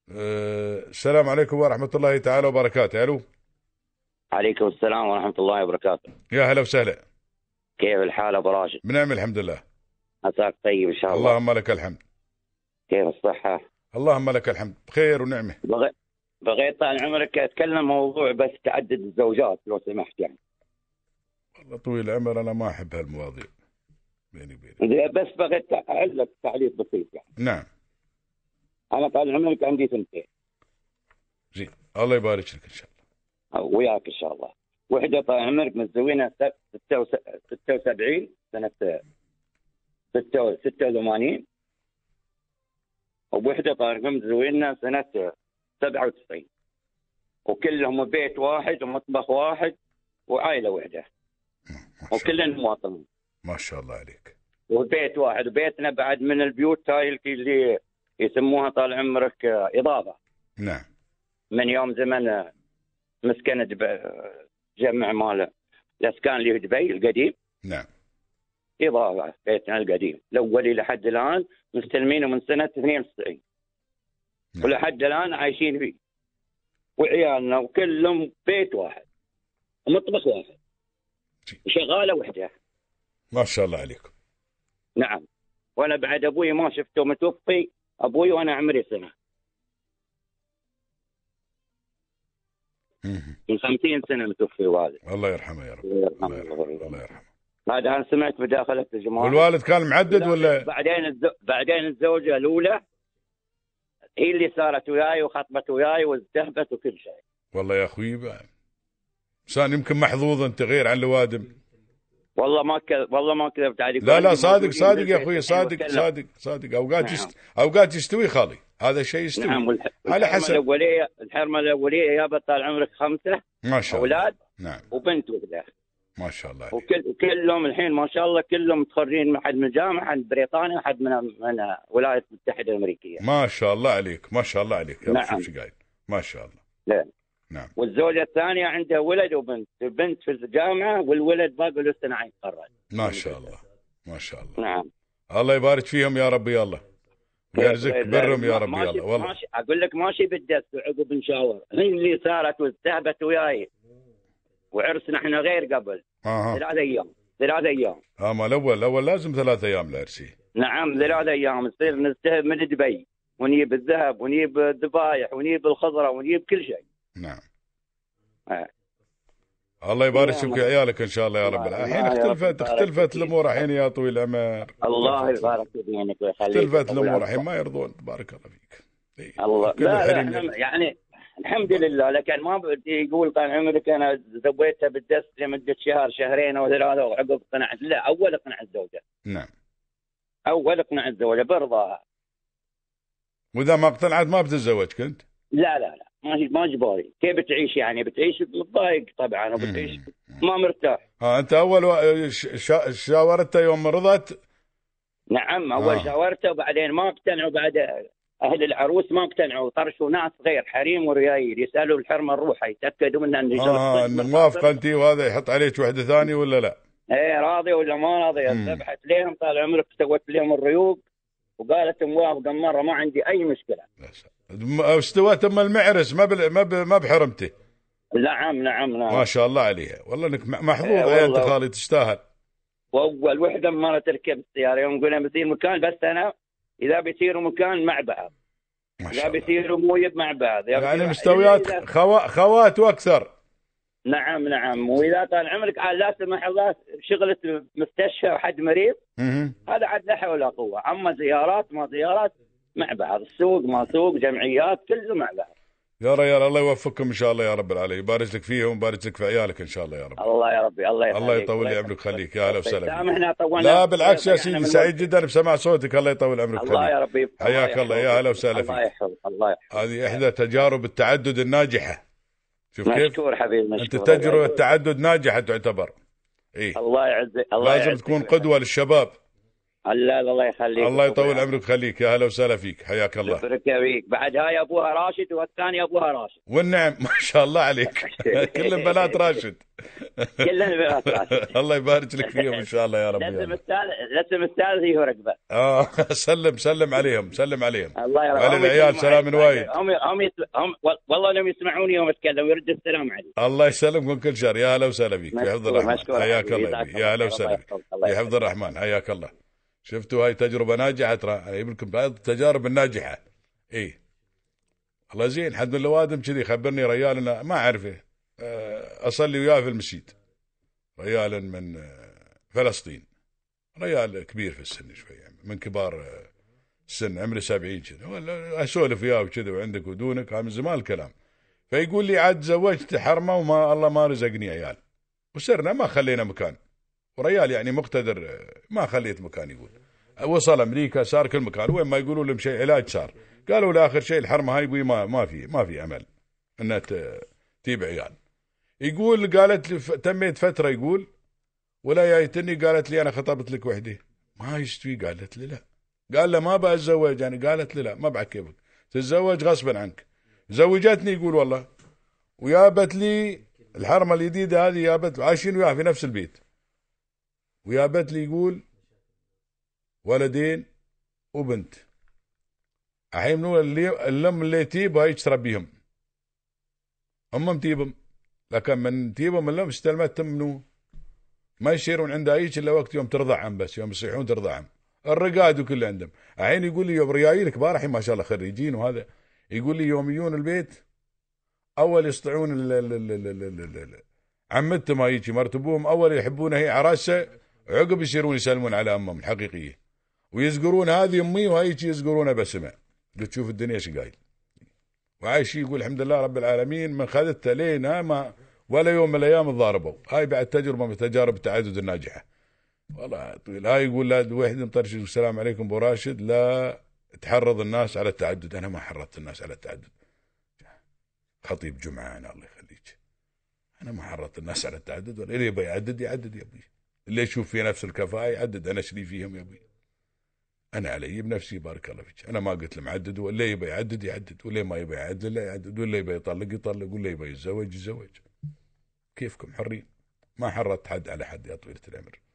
السلام عليكم ورحمة الله تعالى وبركاته. ألو. عليكم السلام ورحمة الله وبركاته. يا هلا وسهلا. كيف الحال أبو راشد؟ بنعم الحمد لله. عساك طيب إن شاء الله. اللهم لك الحمد. كيف الصحة؟ اللهم لك الحمد بخير ونعمة. بغيت طال عمرك أتكلم موضوع بس تعدد الزوجات لو سمحت يعني. والله طويل العمر أنا ما أحب هالمواضيع بيني وبينك. بس بغيت أعلق تعليق بسيط يعني. نعم. أنا طال عمرك عندي سنتين. زين الله يبارك لك إن شاء الله. وياك إن شاء الله. وحدة طال عمرك متزوجينها 76 سنة 86. وبوحدة طال عمرك متزوجينها سنة 97. وكلهم بيت واحد ومطبخ واحد وعائلة واحدة. وكلنا مواطنين. ما شاء الله عليك. وبيت واحد وبيتنا بعد من البيوت هاي اللي يسموها طال عمرك إضافة. نعم. من يوم زمن مسكنة جمع مال الأسكان اللي في دبي القديم. نعم. إضافة بيتنا القديم الأولي لحد الآن مستلمينه من سنة 92. نعم. ولحد الآن عايشين فيه. وعيالنا وكلهم بيت واحد ومطبخ واحد وشغالة وحدة. ما شاء الله عليكم. نعم. وانا بعد ابوي ما شفته متوفي ابوي وانا عمري سنه. من 50 سنه متوفي والدي. الله يرحمه يا رب. الله يرحمه. بعد انا سمعت مداخله الجماعه. والوالد كان معدد ولا؟ بعدين الزوجه الاولى هي اللي صارت وياي وخطبت وياي وازدهبت وكل شيء. والله يا اخوي انسان يمكن محظوظ انت غير عن الوادم. والله ما كذبت عليك. لا صادق يا اخوي صادق اوقات يستوي خالي هذا الشيء يستوي. نعم. على حسب الحرمه الاوليه يا بطال عمرك 5 ما شاء الله اولاد. نعم. وبنت وحده. ما شاء الله. وكلهم الحين ما شاء الله كلهم متخرجين حد من الجامعه حد بريطانيا حد من الولايات المتحده الامريكيه. ما شاء الله عليك ما شاء الله عليك. نعم. شوف شو قايل. ما شاء الله. لا. نعم. والزوجه الثانيه عندها ولد وبنت. البنت في الجامعه والولد باقي له سنه يتخرج. ما شاء الله ما شاء الله. نعم. الله يبارك فيهم يا رب يا الله ويرزقك برهم يا رب يا الله. والله ماشي اقول لك ماشي بالدس وعقب نشاور. هي اللي صارت واذهبت وياي وعرسنا احنا غير قبل 3 ايام. 3 ايام. ما الاول لازم 3 ايام العرسي. نعم 3 ايام نصير نذهب من دبي ونجيب الذهب ونجيب الذبايح ونجيب الخضره ونجيب كل شيء. نعم. الله يبارك نعم. فيك عيالك ان شاء الله يا رب. الحين اختلفت الامور الحين يا طويل العمر. الله يبارك فيك ويخليك. اختلفت الامور الحين ما يرضون. بارك الله فيك. الله لا يعني الحمد لله. لكن ما بدي يقول طال عمرك انا زويتها بالدس لمده شهر شهرين او 3 وعقب قنعت. لا اول اقنع الزوجه. نعم. اول اقنع الزوجه برضاها. واذا ما اقتنعت ما بتتزوج كنت؟ لا ما اجباري. كيف بتعيش يعني؟ بتعيش متضايق طبعا وبتعيش ما مرتاح. انت اول شاورتها يوم رضت؟ نعم اول شاورته وبعدين ما اقتنعوا. بعد اهل العروس ما اقتنعوا طرشوا ناس غير حريم وريايل يسالوا الحرمه الروحه يتاكدوا منها ان موافقه انت وهذا يحط عليك وحده ثانيه ولا لا؟ ايه راضيه ولا ما راضيه. ذبحت لهم طال عمرك سوت لهم الريوق وقالت موافقه مره ما عندي اي مشكله. استوت ام المعرس ما بحرمته. نعم. ما شاء الله عليها. والله انك محظوظ يا انت خالي تستاهل. واول وحده مره تركب السياره يوم قلنا بيصير مكان بس انا اذا بيصيروا مكان مع بعض. اذا بيصيروا مويب مع بعض يعني مستويات خوات واكثر. نعم. واذا طال عمرك لا سمح الله شغله مستشفى وحد مريض هذا عاد لا حول ولا قوه. اما زيارات ما زيارات مع بعض. السوق ما سوق جمعيات كله مع بعض. يا ريال الله يوفقكم ان شاء الله يا رب العالمين. يبارك لك فيهم ويبارك لك في عيالك ان شاء الله يا رب. الله يا ربي. الله يطول لي عمرك خليك. يا هلا وسهلا. سامحنا طولنا. لا بالعكس يا سيدي سعيد جدا بسماع صوتك. الله يطول عمرك خليك. الله يا ربي. حياك الله. يا هلا وسهلا فيك. الله يحفظك. هذه احدى تجارب التعدد الناجحه. شوف كيف؟ مشكور حبيبي مشكور. انت تجربه التعدد ناجحه تعتبر. الله يعزك. لازم تكون قدوه للشباب. الله يخليك. الله يطول عمرك ويخليك، يا هلا وسهلا فيك، حياك الله. يبارك فيك. بعد هاي ابوها راشد والثاني ابوها راشد. والنعم ما شاء الله عليك. كلهم بنات راشد. كلهم بنات راشد. الله يبارك لك فيهم ان شاء الله يا رب. الاسم الثالث هي رقبه. سلم عليهم، سلم عليهم. الله يرحمهم. وعلى العيال سلام وايد. هم والله لم يسمعوني يوم اتكلم ويرد السلام علي. الله يسلمكم كل شر، يا هلا وسهلا فيك، في حفظ الرحمن، حياك الله، يا هلا وسهلا فيك، في حفظ الرحمن، حياك الله. شفتوا هاي تجربة ناجحة، ترى اجيب لكم بعض التجارب الناجحة. ايه الله زين. حد من الأوادم كذي خبرني ريال، أنا ما أعرفه، أصلي وياه في المسجد، ريال من فلسطين، ريال كبير في السن شوي، يعني من كبار السن، عمري 70 كذا، ولا أسولف وياه وكذا وعندك ودونك، من زمان الكلام. فيقول لي عاد تزوجت حرمة وما الله ما رزقني عيال، وسرنا ما خلينا مكان، وريال يعني مقتدر، ما خليت مكان. يقول وصل أمريكا، صار كل مكان، وين ما يقولوا لهم شيء علاج صار. قالوا لآخر شيء الحرمة هاي بوي ما في أمل أنها تجيب عيال. يقول قالت لي تميت فترة، يقول ولا جايتني، قالت لي أنا خطبت لك وحدة ما يستوي، قالت لي لا، قال له ما بأتزوج يعني، قالت لي لا ما بعد كيفك تتزوج غصبا عنك. زوجتني يقول والله، ويابت لي الحرمة الجديدة هذه، يابت عايشين وياها في نفس البيت، ويابت لي يقول ولدين وبنت. الحين منو الام اللي تجيب هاي تربيهم، هم تجيبهم، لكن من تجيبهم الام استلمت منو، ما يصيرون عندها هيك الا وقت يوم ترضعهم، بس يوم يصيحون ترضعهم، الرقاد وكل عندهم. الحين يقول لي يوم ريايل كبار الحين ما شاء الله خريجين وهذا، يقول لي يوم يجون البيت اول يسطعون عمتهم هيك مرت ابوهم، اول يحبونها هي عراسه، عقب يصيرون يسلمون على امهم الحقيقيه، ويذكرون هذه امي وهيك يذكرونها بسمه. قلت شوف الدنيا ايش قايل، وعايش يقول الحمد لله رب العالمين من خذتها لين ما ولا يوم من الايام تضاربوا. هاي بعد تجربه من تجارب التعدد الناجحه والله طويل. هاي يقول لا واحد مطرشد السلام عليكم ابو راشد، لا تحرض الناس على التعدد. انا ما حرضت الناس على التعدد، خطيب جمعه انا الله يخليك، انا ما حرضت الناس على التعدد، ولا اللي يبي يعدد يعدد يا ابوي، اللي يشوف في نفس الكفاءه يعدد، انا شري فيهم يا ابوي، انا علي بنفسي بارك الله فيك، انا ما قلت لهم عددوا، واللي يبي يعدد يعدد، واللي ما يبي يعدد لا يعدد، واللي يبي يطلق يطلق، واللي يبي يتزوج يتزوج، كيفكم حرين، ما حرضت حد على حد يا طويلة العمر.